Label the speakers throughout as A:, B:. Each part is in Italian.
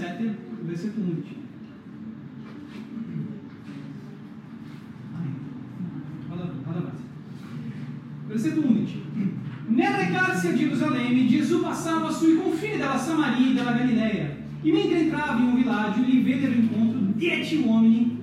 A: 17, versetto 11. Vado avanti. Versetto 11. Nel recarsi a Gerusalemme, Gesù passava sui confini della Samaria e della Galileia. E mentre entrava in un villaggio, gli vennero incontro 10 uomini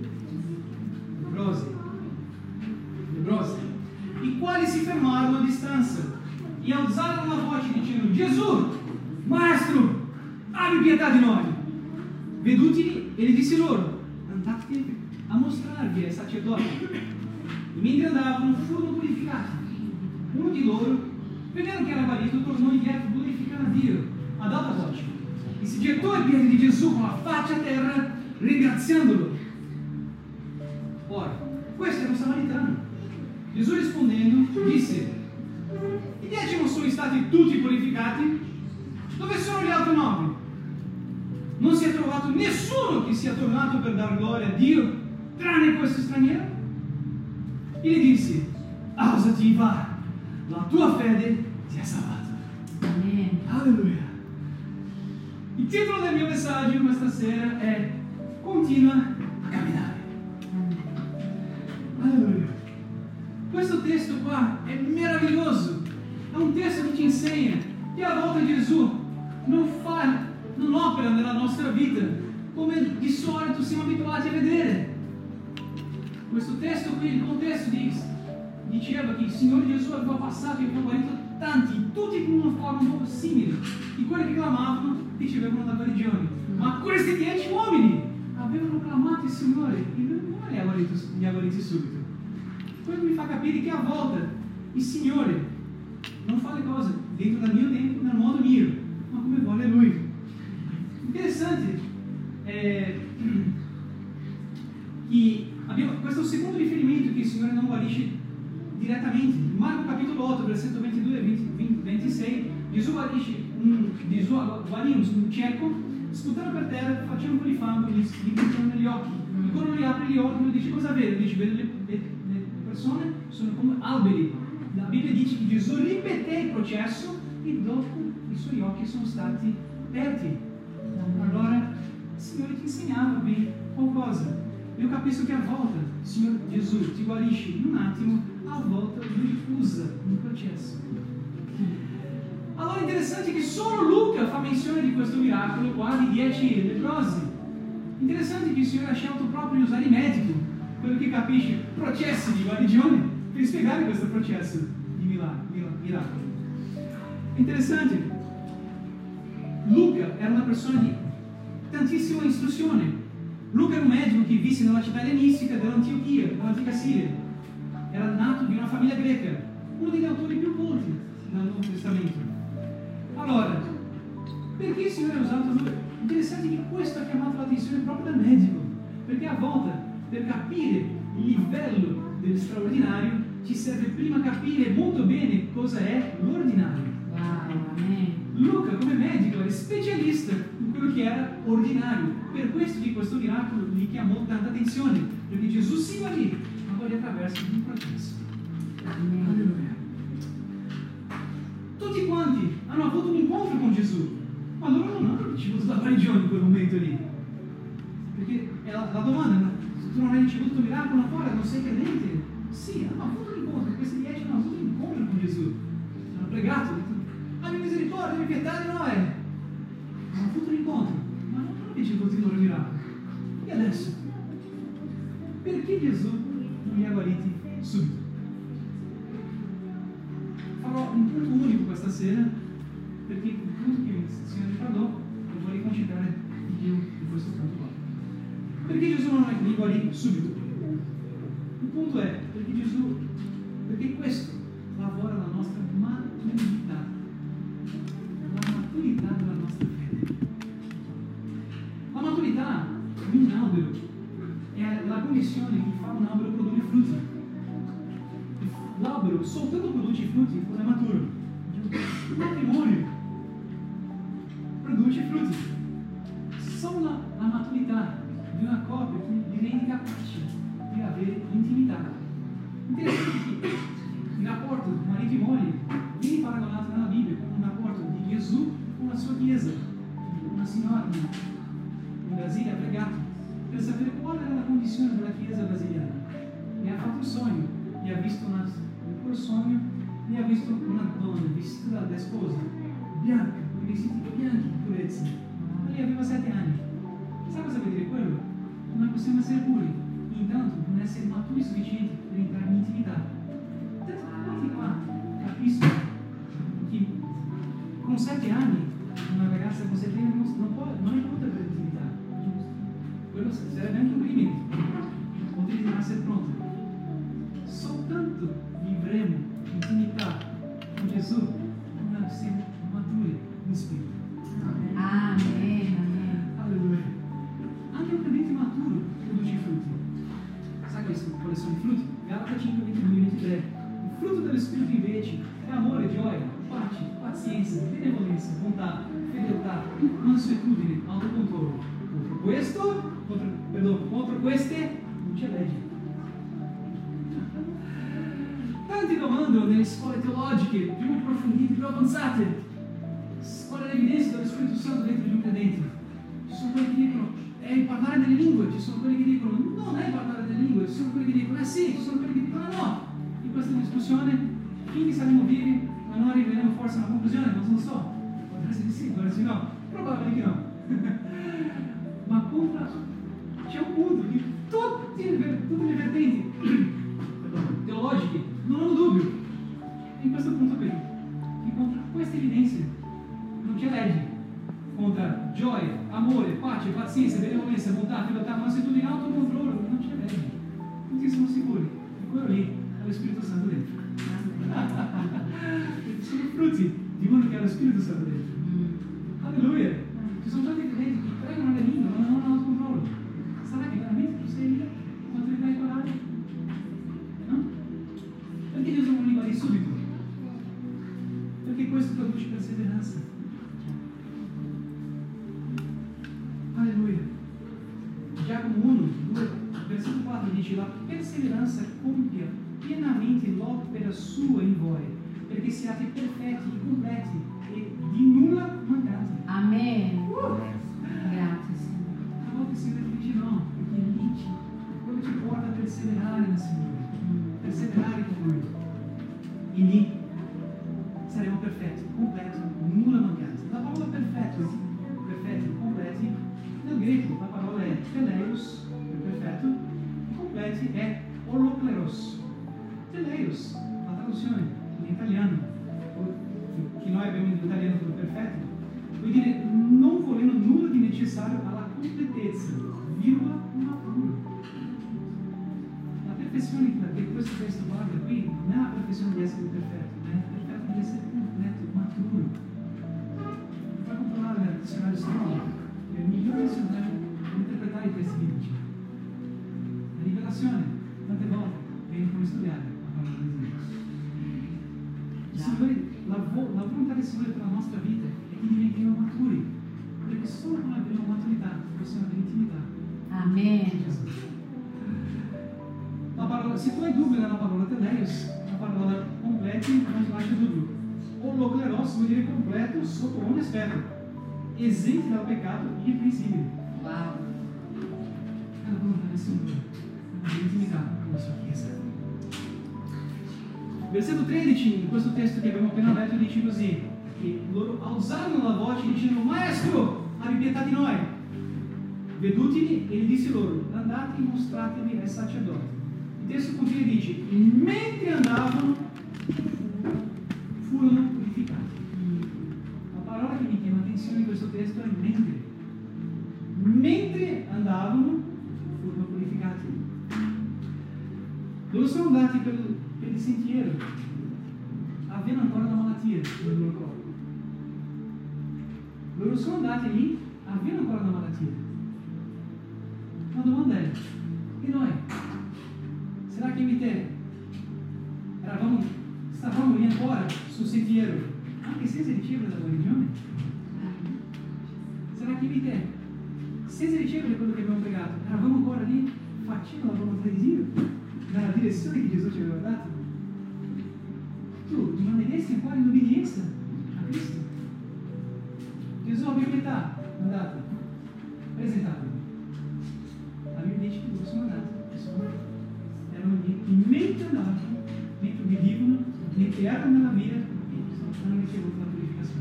A: lebrosi, i quali si fermarono a distanza e alzarono la voce dicendo: Gesù, Maestro, abbi pietà di noi. Vedutili, egli disse loro: andate a mostrarvi ai sacerdoti. E mentre andavano furono glorificati. Uno di loro, vedendo che era guarito, tornò indietro glorificando a Dio ad alta voce e si gettò ai piedi di Gesù con la faccia a terra, ringraziandolo. Ora, questo era un samaritano. Gesù rispondendo disse: i 10 non sono stati tutti purificati? Dove sono gli altri 9? Non si è trovato nessuno che sia tornato per dar gloria a Dio, tranne questo straniero? E gli disse: alzati, va, la tua fede ti ha salvato.
B: Amen.
A: Alleluia. Il titolo del mio messaggio questa sera è: continua a camminare. Alleluia. Questo testo qua è meraviglioso. È un testo che ci insegna che a volte Gesù non opera nella nostra vita come di solito siamo abituati a vedere. Questo testo qui, il contesto diceva che il Signore Gesù aveva passato e aveva guarito tanti, tutti con una forma un po' simile, di quelli che clamavano ricevevano la guarigione. Ma questi 10 uomini avevano clamato il Signore e non li ha guariti subito. Questo mi fa capire che a volte il Signore non fa le cose dentro del mio tempo, nel modo mio, ma come vuole Lui. Interessante che questo secondo riferimento che il Signore non guarisce direttamente. In Marco capitolo 8, versetto 22 e 26, Gesù guarì un cieco, sputando per terra, facendo un po' di fango, gli buttano negli occhi. E quando lui apre gli occhi, lui dice: cosa vede? Dice: vede le persone sono come alberi. La Bibbia dice che Gesù ripeté il processo e dopo i suoi occhi sono stati aperti. Allora il Signore ti insegnava bene qualcosa. Io capisco che a volte il Signore Gesù ti guarisce in un attimo, a volte Lui usa un processo. Allora è interessante che solo Luca fa menzione di questo miracolo qua di 10 leprosi. Interessante che il Signore ha scelto proprio di usare il medico, quello che capisce processi di guarigione, per spiegare questo processo di miracolo. Interessante. Luca era una persona di tantissima istruzione. Luca era un medico che visse nella città ellenistica dell'Antiochia, dell'antica Siria. Era nato di una famiglia greca, uno degli autori più colti del Nuovo Testamento. Allora, perché il Signore ha usato lui? Interessante che questo ha chiamato l'attenzione proprio del medico, perché a volte per capire il livello del straordinario ci serve prima capire molto bene cosa è l'ordinario. Luca come medico è specialista in quello che era ordinario. Per questo di questo miracolo gli chiamò tanta attenzione, perché Gesù si guarì, ma guarì attraverso un processo. Alleluia. Tutti quanti hanno avuto un incontro con Gesù, ma loro non hanno ricevuto la guarigione in quel momento lì. Perché è la domanda: se tu non hai ricevuto il miracolo ancora, non sei credente? Sì, hanno avuto un incontro, questi 10 hanno avuto un incontro con Gesù. Hanno pregato, hanno detto: abbi misericordia, abbi pietà di noi. Hanno avuto un incontro, ma non hanno ricevuto il loro miracolo. E adesso? Perché Gesù non li ha guariti subito? Farò un punto unico questa sera, perché il punto che il Signore parlò lo vorrei concentrare di più in questo punto qua. Perché Gesù non li guarì subito? Il punto è perché questo lavora la nostra maturità. La maturità della nostra fede. La maturità di un albero è la condizione che fa un albero produrre frutti. L'albero soltanto produce frutti quando è maturo. Il matrimonio produce frutti. Solo la maturità di una coppia che diventa capace di avere intimità. Interessante che il rapporto marito e moglie viene paragonato nella Bibbia come un rapporto di Gesù con la sua chiesa, una signora, ha pregato per sapere qual era la condizione della Chiesa brasiliana. E ha fatto il sogno, e ha visto in quel sogno, e ha visto una donna vestita da sposa, bianca, con i vestiti bianchi di purezza. Ma lei aveva 7 anni. Sa cosa vuol dire quello? Noi possiamo essere puri, intanto non essere maturi sufficienti per entrare in intimità. Tanto quanti qua capiscono che con 7 anni una ragazza con 7 anni non è pronta per l'intimità. Quello sarebbe anche un complimento. Oltre di non essere pronta. Soltanto vivremo intimità con Gesù quando siamo maturi in spirito.
B: Amen.
A: Alleluia. Anche un credente maturo produce frutti. Sa quali sono i frutti? Galata 5, 22 e 23. Il frutto dello Spirito invece è amore, gioia, pace, pazienza, benevolenza, bontà, fedeltà, mansuetudine, autocontrollo. Contro queste non c'è legge. Tanti domandano nelle scuole teologiche più approfondite, più avanzate, qual è l'evidenza dello Spirito Santo dentro di un credente. Ci sono quelli che dicono è parlare delle lingue, ci sono quelli che dicono non è parlare delle lingue, ci sono quelli che dicono sì, ci sono quelli che dicono no. In questa discussione, finché saremo vivi, non arriveremo forse a una conclusione, ma non so. Può essere sì, può essere no, probabilmente no. Ma c'è un punto che tutte le vertenti teologiche non hanno dubbio. In questo punto qui, incontra queste evidenze, non c'è legge. Contra gioia, amore, pace, pazienza, benevolenza, bontà, fedeltà, mansuetudine, autocontrollo, non c'è legge. Tutti sono sicuri. E quello lì è lo Spirito Santo dentro. Sono frutti di uno che ha lo Spirito Santo dentro. Alleluia. Ci sono tanti credenti che pregano le lingue, ma non hanno autocontrollo. Sarà che veramente tu sei lì quando li vai a parlare? No? Perché Dio usa una lingua di subito? Perché questo produce perseveranza. Alleluia. Giacomo 1, 2, versetto 4 dice: la perseveranza compia pienamente l'opera sua in voi, perché siate perfetti, completi e di nulla mancanti.
B: Amen. Grazie, Signore.
A: A volte il Signore dice no, perché dice quello ci porta a perseverare nel Signore, perseverare con Lui. E lì saremo perfetti, completi, nulla mancanti. La parola perfetto, perfetti, completi, nel greco la parola è teleios, perfetto, e completi è olokleros. Teleios, la traduzione in italiano, che noi abbiamo in italiano come perfetto, vuol dire non volendo nulla di necessario alla completezza, virgola, maturo. La perfezione che questo testo parla qui non è la perfezione di essere perfetto, ma è la perfezione di essere completo, maturo. Fai controllare nel dizionario Strong, che è il migliore dizionario per interpretare i testi biblici. La rivelazione, tante volte, viene come studiare la parola di Dio. Signore, la volontà del Signore per la nostra vita è che diventiamo maturi, perché solo quando abbiamo maturità possiamo avere intimità.
B: Amen.
A: La parola, se tu hai dubbio nella parola teleios, la parola completi non ti lascia dubbio. Olokleros vuol dire completo sotto ogni aspetto, esenti dal peccato e irreprensibile.
B: Wow.
A: È la volontà del Signore, l'intimità con la sua Chiesa. Versetto 13, in questo testo che abbiamo appena letto, dice così: che loro alzarono la voce dicendo: Maestro, abbi pietà di noi. Vedutili, egli disse loro: andate e mostratevi ai sacerdoti. Il testo continua e dice: mentre andavano furono purificati. La parola che mi chiama attenzione in questo testo è mentre. Mentre andavano furono purificati. Loro sono andati per il sentiero, avevano ancora la malattia nel loro corpo. Loro sono andati lì, avevano ancora la malattia. La domanda è: e noi? Será che io e te stavamo lì ancora sul sentiero, anche senza ricevere la guarigione? Sarà che io e te, senza ricevere quello che abbiamo pregato, eravamo ancora lì facendo la volontà di Dio, nella direzione che Gesù ci aveva dato? Tu rimaneresti ancora in obbedienza a Cristo? Gesù, abbia pietà, andate, presentatevi. mentre andavano, mentre obbedivano, mentre erano nella via, hanno ricevuto la purificazione.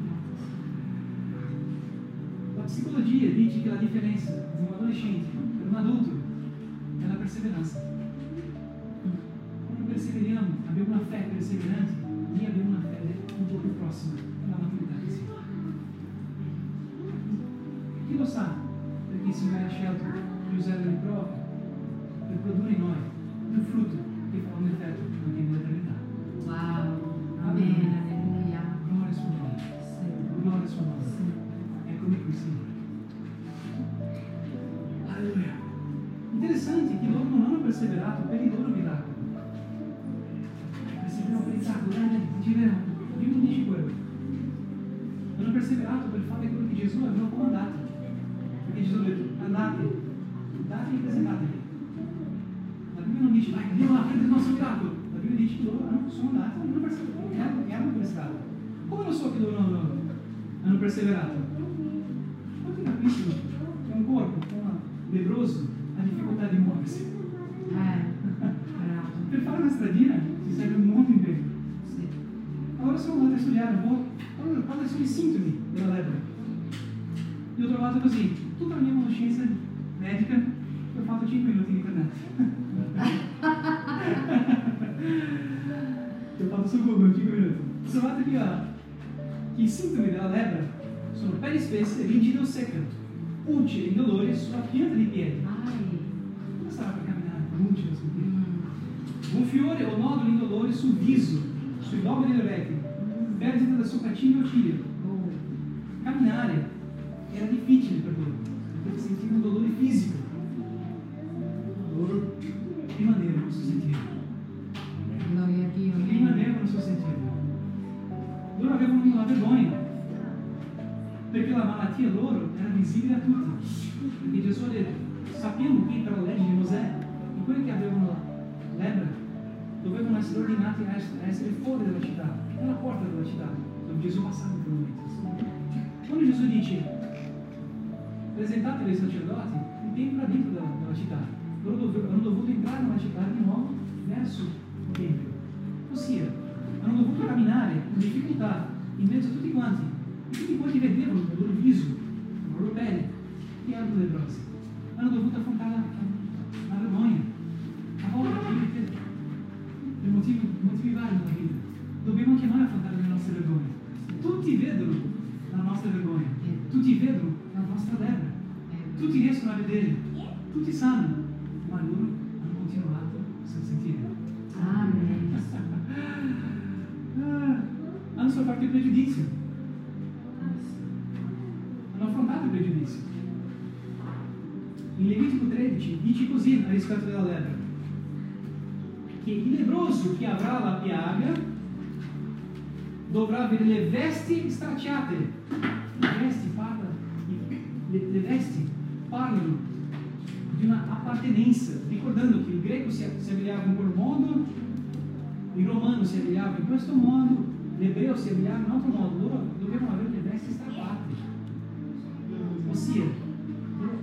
A: La psicologia dice che la differenza di un adolescente e un adulto è la perseveranza. Quando perseveriamo, abbiamo una fede perseverante, lì abbiamo una fede un po' più prossima alla maturità di Signore. Chi lo sa perché il Signore ha scelto di usare le prove per produrre in noi un frutto che farà un effetto anche nell'eternità.
B: Wow. Amen. Alleluia.
A: Gloria al suo nome. Gloria al suo nome. Eccomi qui, Signore. Alleluia. Interessante che loro non hanno perseverato per i loro miracoli. Perseverano per il sacco, la Bibbia non dice quello. Hanno perseverato per fare quello che Gesù aveva comandato. Perché Gesù ha detto, andate, date e presentatevi. La Bibbia non dice, vai, andiamo là a prendere il nostro miracolo. La Bibbia dice che loro sono andati, hanno perseverato, erano perseverato. Come lo so che loro hanno perseverato? Quanti capiscono che un corpo, un lebbroso, ha difficoltà di muoversi? Per fare una stradina si serve molto impegno.
B: Sì.
A: Allora sono andato a studiare un po', allora, quali sono i sintomi della lebbra. Io ho trovato così, tutta la mia conoscenza medica, ho fatto 5 minuti di internet. Ho fatto su Google 5 minuti. Ho trovato che i sintomi della lebbra sono pelle spesse, rigida o secca, unce e indolore sulla pianta dei piedi. Come sarà per camminare? Unce sul piede. Gonfiore o noduli indolori sul viso, sui lobuli delle orecchie, perdita da sopracciglia o ciglio. Camminare era difficile per loro, perché sentivano un dolore fisico. Loro rimanevano sul sentiero.
B: Gloria a Dio.
A: Rimanevano sul sentiero. Loro avevano una vergogna, perché la malattia loro era visibile a tutti. Perché Gesù ha detto, sappiamo qui per la legge di Mosè, che quelli che avevano la lebbra dovevano essere ordinati a essere fuori dalla città, nella porta della città, dove Gesù passava in quel momento. Quando Gesù dice presentatevi ai sacerdoti, il tempio era dentro della città, loro hanno dovuto entrare nella città di nuovo verso il tempio, ossia hanno dovuto camminare con difficoltà in mezzo a tutti quanti, e tutti quanti vedevano il loro viso, la loro pelle, che erano lebbrosi. Hanno dovuto affrontare la vergogna, a volte per motivi vari nella vita. Dobbiamo anche noi affrontare le nostre vergogne. Tutti vedono la nostra vergogna, tutti vedono la nostra lebbra, tutti riescono a vedere, tutti sanno, ma loro hanno continuato sul sentiero.
B: Amen.
A: Hanno sofferto il pregiudizio, hanno affrontato il pregiudizio. In Levitico 13 dice così a rispetto della lebbra, che il lebbroso che avrà la piaga dovrà avere le vesti stracciate. Le vesti parlano di una appartenenza, ricordando che il greco si abbigliava in quel modo, il romano si abbigliava in questo modo, l'ebreo si abbigliava in un altro modo. Loro dovevano avere le vesti strappate, ossia loro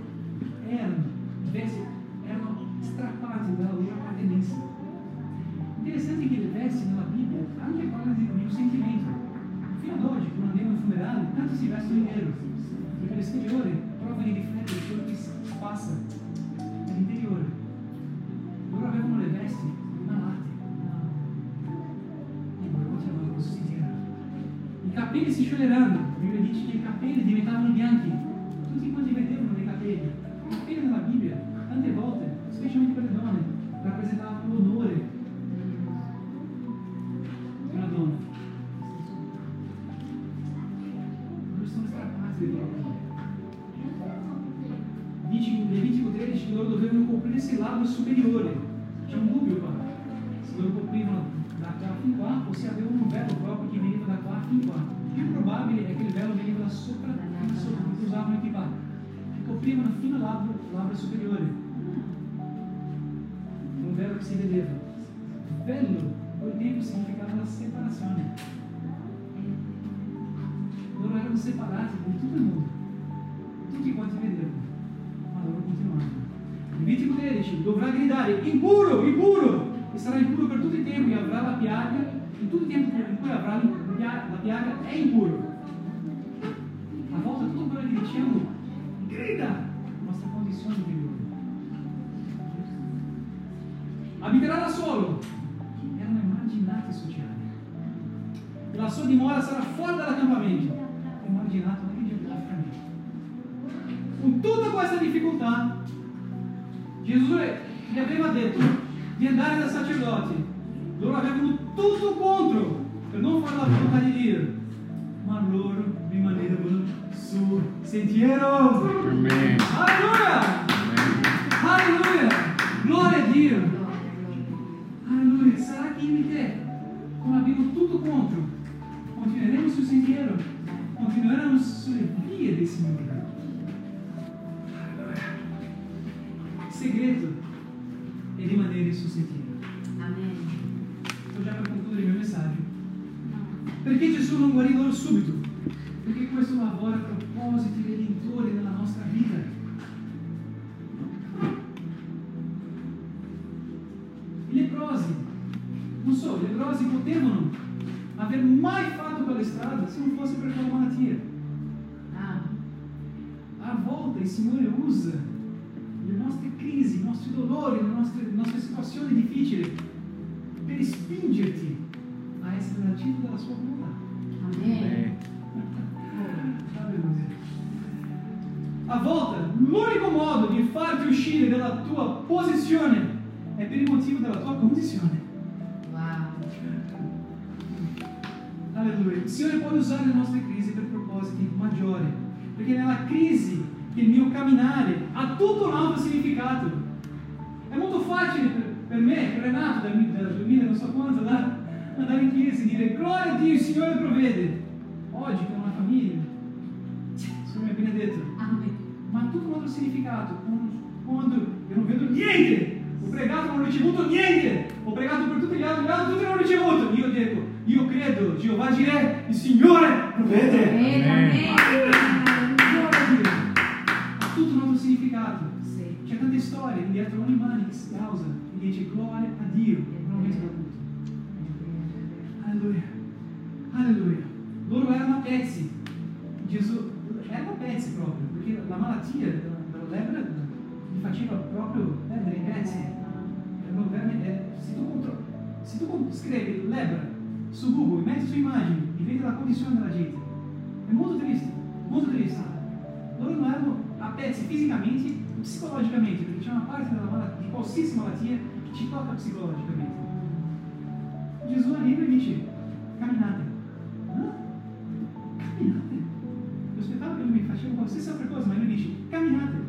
A: erano strappati dalla loro appartenenza. Interessante che le vesti nella Bibbia anche parlano di un sentimento. Fino ad oggi, quando andiamo ai funerali, tanti si vestono in nero, perché l'esteriore prova di riflettere quello che si passa nell'interiore. Loro avevano le vesti malate. E loro continuavano questo sentiero. I capelli si scioglieranno. La Bibbia dice che i capelli diventavano bianchi. Tutti quanti vedevano dei capelli. I capelli nella Bibbia, tante volte, specialmente per le donne, rappresentavano l'onore di una donna. Loro sono strappati dei loro capelli. Dice in Levitico 13 che loro dovevano coprirsi il labbro superiore. C'è un dubbio qua. Se loro coprivano da qua fin qua o se avevano un velo proprio che veniva da qua fin qua. Il più probabile è che il velo veniva da sopra, che usavano anche qua. Che coprivano fino al labbro superiore. Un velo che si vedeva. Velo, quel tempo significava la separazione. Loro erano separati di tutto il mondo. Tutti quanti vedevano. Ma loro continuavano. Levitico 13 dovrà gridare impuro, impuro, e sarà impuro per tutto il tempo e avrà la piaga, in tutto il tempo in cui avrà la piaga è impuro. A volte tutto quello che diciamo grida la nostra condizione interiore. Abiterà da solo, erano emarginati sociali. La sua dimora sarà fuori dall'accampamento, emarginato anche geograficamente. Con tutta questa difficoltà, Gesù gli aveva detto di andare da sacerdoti. Loro avevano tutto contro per non fare la volontà di Dio, ma loro rimanevano sul sentiero.
C: Amen.
A: Alleluia! Alleluia! Gloria a Dio! Alleluia! Sarà che io e te, come abbiamo tutto contro, continueremo sul sentiero, continueremo sulle vie del Signore. Alleluia! Il segreto è rimanere sul sentiero.
B: Amen.
A: Sto già per concludere il mio messaggio. Perché Gesù non guarì loro subito? Perché questo lavora a propositi redentori nella nostra vita. I leprosi, non so, i leprosi potevano aver mai fatto quella strada se non fosse per quella malattia. A volte il Signore usa le nostre crisi, i nostri dolori, le nostre situazioni difficili per spingerti a essere nel centro della sua volontà.
B: Amen.
A: Alleluia. A volte l'unico modo di farti uscire dalla tua posizione è per il motivo della tua condizione.
B: Wow.
A: Alleluia. Il Signore può usare le nostre crisi per propositi maggiori, perché nella crisi il mio camminare ha tutto un altro significato. È molto facile per me, per Renato, dal 2000 non so quanto, andare in chiesa e dire gloria a Dio, il Signore provvede. Oggi con una famiglia, il Signore mi ha benedetto.
B: Amen.
A: Ma ha tutto un altro significato. Quando io non vedo niente, ho pregato e non ho ricevuto niente, ho pregato per tutti gli altri tutti non ho ricevuto. Io dico, io credo, Geova Jireh, il Signore provvede.
B: Amen.
A: Gloria a Dio. Ha tutto un altro significato.
B: Sì.
A: C'è tante storie dietro ogni mano che si causa e dice gloria a Dio nel momento del culto. Alleluia. Alleluia. Loro erano a pezzi. Gesù erano a pezzi proprio, perché la malattia della lebbra li faceva proprio perdere i pezzi. Erano veramente, se tu scrivi lebbra su Google, metti su immagini e vedi la condizione della gente, è molto triste, molto triste. Loro non erano a pezzi fisicamente, psicologicamente, perché c'è una parte di qualsiasi malattia che ci tocca psicologicamente. Gesù arriva e dice, camminate. Camminate. Io aspettavo che lui mi faceva qualsiasi altra cosa, ma lui dice, camminate.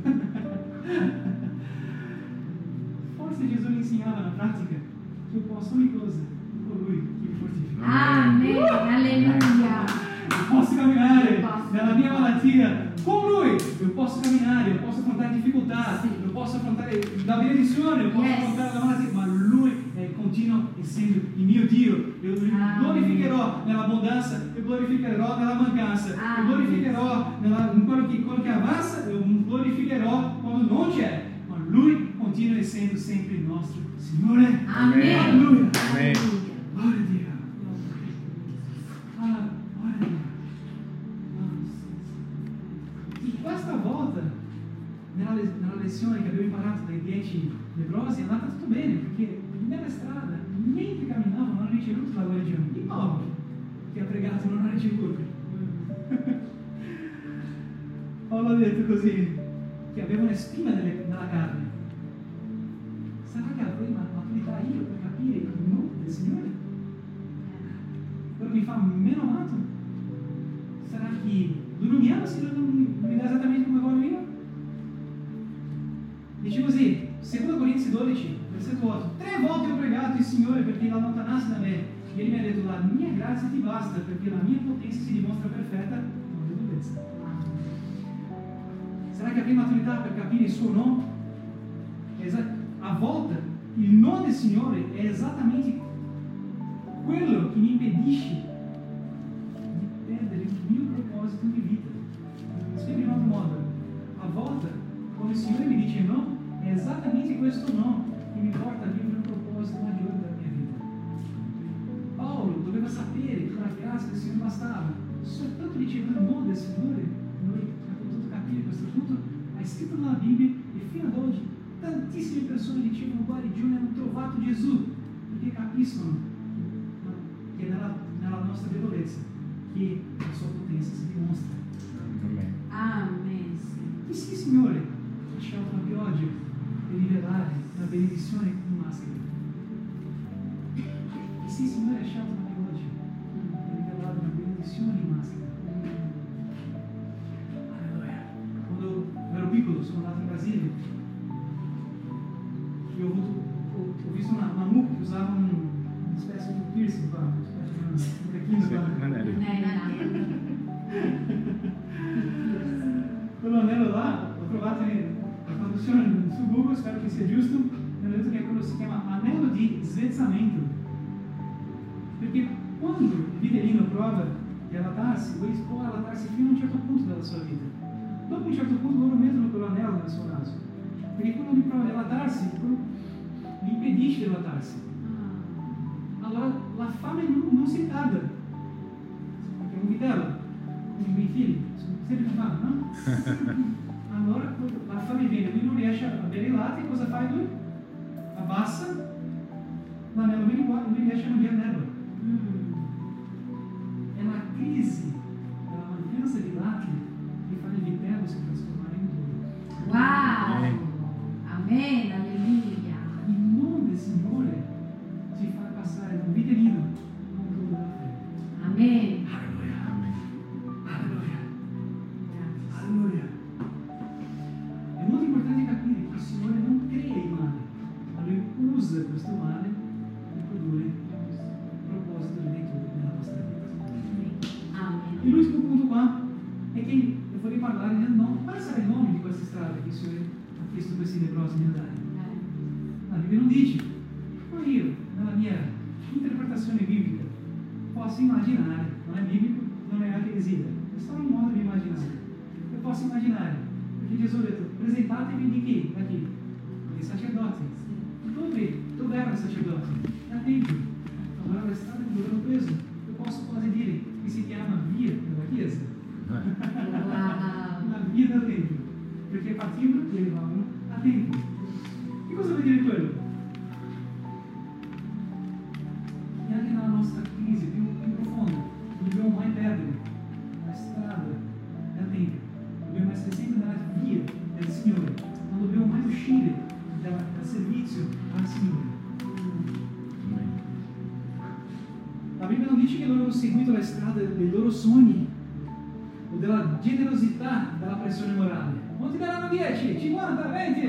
A: Forse Gesù gli insegnava la pratica che io posso ogni cosa in colui che mi fortifica.
B: Amen. Alleluia.
A: Io posso camminare nella mia malattia con lui, io posso camminare, io posso affrontare difficoltà, io posso affrontare la benedizione, io posso affrontare la malattia, ma lui continua essendo il mio Dio. Io glorificherò nell'abbondanza, io glorificherò nella mancanza, io glorificherò in quello che avanza, io glorificherò quando non c'è, ma lui continua essendo sempre il nostro Signore.
B: Amen.
A: Alleluia.
C: Amen.
A: Gloria a Dio. Gloria a Dio. E questa volta, nella lezione che abbiamo imparato dai 10 leprosi, è andata tutto bene, perché nella strada, mentre camminavano, non hanno ricevuto la guarigione. Di Paolo, che ha pregato, non ha ricevuto. Paolo ha detto così, che aveva una spina nella carne. Sarà che avrei maturità io per capire il nome del Signore? Quello mi fa meno amato? Sarà che lui non mi ama se lui non mi dà esattamente come voglio io? Dice così, 2 Corinzi 12, versetto 8. 3 volte ho pregato il Signore perché lo allontanasse da me. E egli mi ha detto, la mia grazia ti basta, perché la mia potenza si dimostra perfetta con debolezza. Sarà che avrei maturità per capire il suo nome? A volte il nome del Signore è esattamente quello che mi impedisce di perdere il mio proposito di vita. Spiego in un altro modo. A volte, quando il Signore mi dice no, è esattamente questo no che mi porta a vivere un proposito proposito maggiore della mia vita. Paolo doveva sapere che la grazia del Signore bastava. Soltanto dicendo il nome del Signore, noi abbiamo potuto capire questo punto. È scritto nella Bibbia e fino ad oggi tantissime persone dicevano guarigione, hanno trovato Gesù, perché capiscono che nella nostra debolezza che la sua potenza si dimostra.
B: Amen.
A: E sì, Signore, ha scelto anche oggi per rivelare la benedizione in maschera. E sì, Signore, ha scelto anche oggi per rivelare la benedizione in maschera. Alleluia. Quando ero piccolo sono andato in Brasile e ho visto una mucca che usava una specie di piercing qua, una specie di orecchino qua. Quell'anello là, ho trovato la traduzione su Google, spero che sia giusto, mi hanno detto che quello si chiama anello di svezzamento. Perché quando il vitellino prova di allattarsi, lui può allattarsi fino a un certo punto della sua vita. Dopo un certo punto loro mettono quell'anello nel suo naso. Perché quando lui prova di allattarsi, gli impedisce di allattarsi. Allora la fame non si tarda. Perché è un vitello, i miei figli, sempre con fame, no? Allora la fame viene, lui non riesce a bere il latte, cosa fa lui? Abbassa, l'anello viene qua e lui riesce a mangiare l'erba. È la crisi della mancanza di latte che fa il vitello si trasformare in toro.
B: Wow! Amen, alleluia.
A: Il nome del Signore ci fa passare da un vitellino a un toro della fede.
B: Amen.
A: Alleluia. È molto importante capire che il Signore non crea il male, ma Lui usa questo male per produrre un proposito redentore nella nostra vita.
B: Amen.
A: E l'ultimo punto qua è che io vorrei parlare del nome. Quale sarà il nome di questa strada che il Signore ha chiesto a questi leprosi di andare? La Bibbia non dice, ma io, nella mia interpretazione biblica, posso immaginare, non è biblico, non è anche desidero, è solo un modo di immaginare. Io posso immaginare, perché Gesù ha detto, presentatevi di chi? Da chi? Dei sacerdoti. Dove erano i sacerdoti? Nel Tempio. Allora la strada che dove l'ho preso, io posso quasi dire che si chiama via della Chiesa. La via del Tempio. Perché partivano e arrivavano a Tempio. Che cosa vuol dire quello? E anche nella nostra crisi più profonda, non dobbiamo mai perdere la strada del Tempio. Dobbiamo essere sempre nella via del Signore. Non dobbiamo mai uscire dal servizio al Signore. La Bibbia non dice che loro hanno seguito la strada dei loro sogni o della generosità della pressione morale. Non ti daranno 10, 50, 20.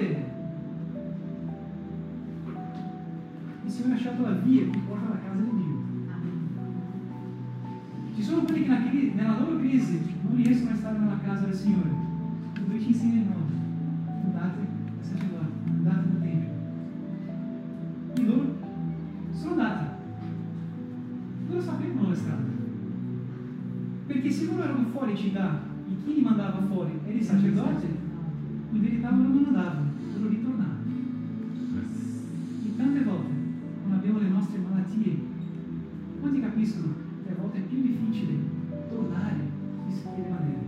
A: Il Signore ha scelto la via che porta alla casa di Dio. Ci sono quelli che nella loro crisi non riescono a stare nella casa del Signore. E Lui ci insegna il modo. Andate al sacerdote, andate nel Tempio. E loro sono andati. Loro sapevano le strade. Perché se loro erano fuori città e chi li mandava fuori era il sacerdote, in verità loro non andavano, loro ritornavano. E tante volte, quando abbiamo le nostre malattie, quanti capiscono che a volte è più difficile tornare che rimanere?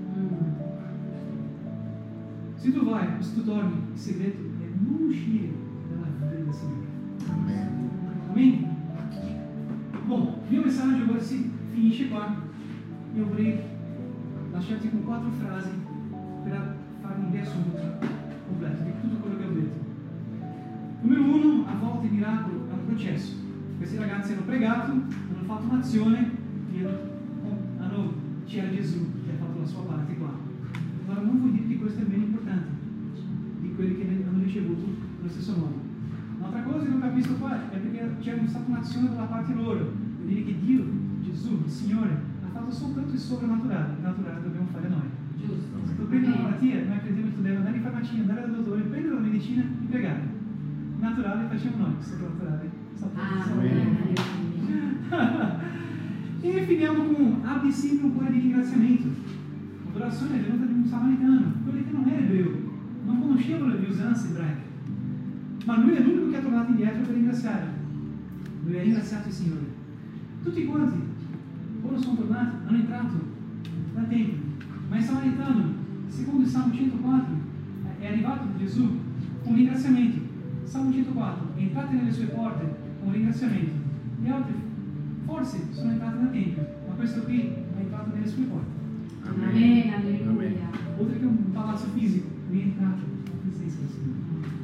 A: Se tu vai, se tu torni, il segreto è non uscire dalla vita del Signore. Amen? Bom, il mio messaggio ora si finisce qua. Io vorrei lasciarti con 4 frasi per fare un riassunto completo di tutto quello che ho detto. Numero 1, a volte il miracolo è un processo. Questi ragazzi hanno pregato, hanno fatto un'azione e c'era Gesù che ha fatto la sua parte qua. Allora non vuol dire che questo è meno importante di quelli che hanno ricevuto allo stesso modo. Un'altra cosa che non capisco qua è perché c'è stata un'azione dalla parte loro. Vuol dire che Dio, Gesù, il Signore, ha fatto soltanto il soprannaturale. Il naturale dobbiamo fare noi.
B: Giusto.
A: Se tu prendi una malattia, noi crediamo che tu devi andare in farmacia, andare dal dottore, prendere la medicina e pregare. Il naturale facciamo noi, il soprannaturale E finiamo con abbi sempre un cuore di ringraziamento. L'adorazione è venuta di un samaritano, quello che non era ebreo, non conoscevano le usanze ebraiche. Ma lui è l'unico che ha tornato indietro per ringraziare. Lui ha ringraziato il Signore. Tutti quanti, quando sono tornati, hanno entrato dal Tempio, ma stavano entrando, secondo il Salmo 104, è arrivato Gesù con un ringraziamento. Salmo 104, entrate nelle sue porte con un ringraziamento. Gli altri forse sono entrati nel Tempio, ma questo qui è entrato nelle sue porte.
B: Amen, alleluia.
A: Oltre che un palazzo fisico, lui è entrato nella presenza del Signore.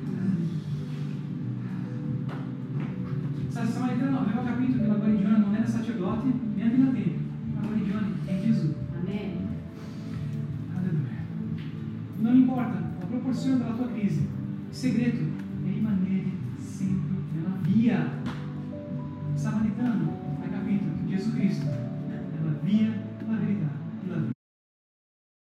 A: Samaritano aveva capito che la guarigione non era sacerdote neanche nel Tempio, la guarigione è Gesù.
B: Amen.
A: Alleluia. Non importa la proporzione della tua crisi, il segreto è rimanere sempre nella via.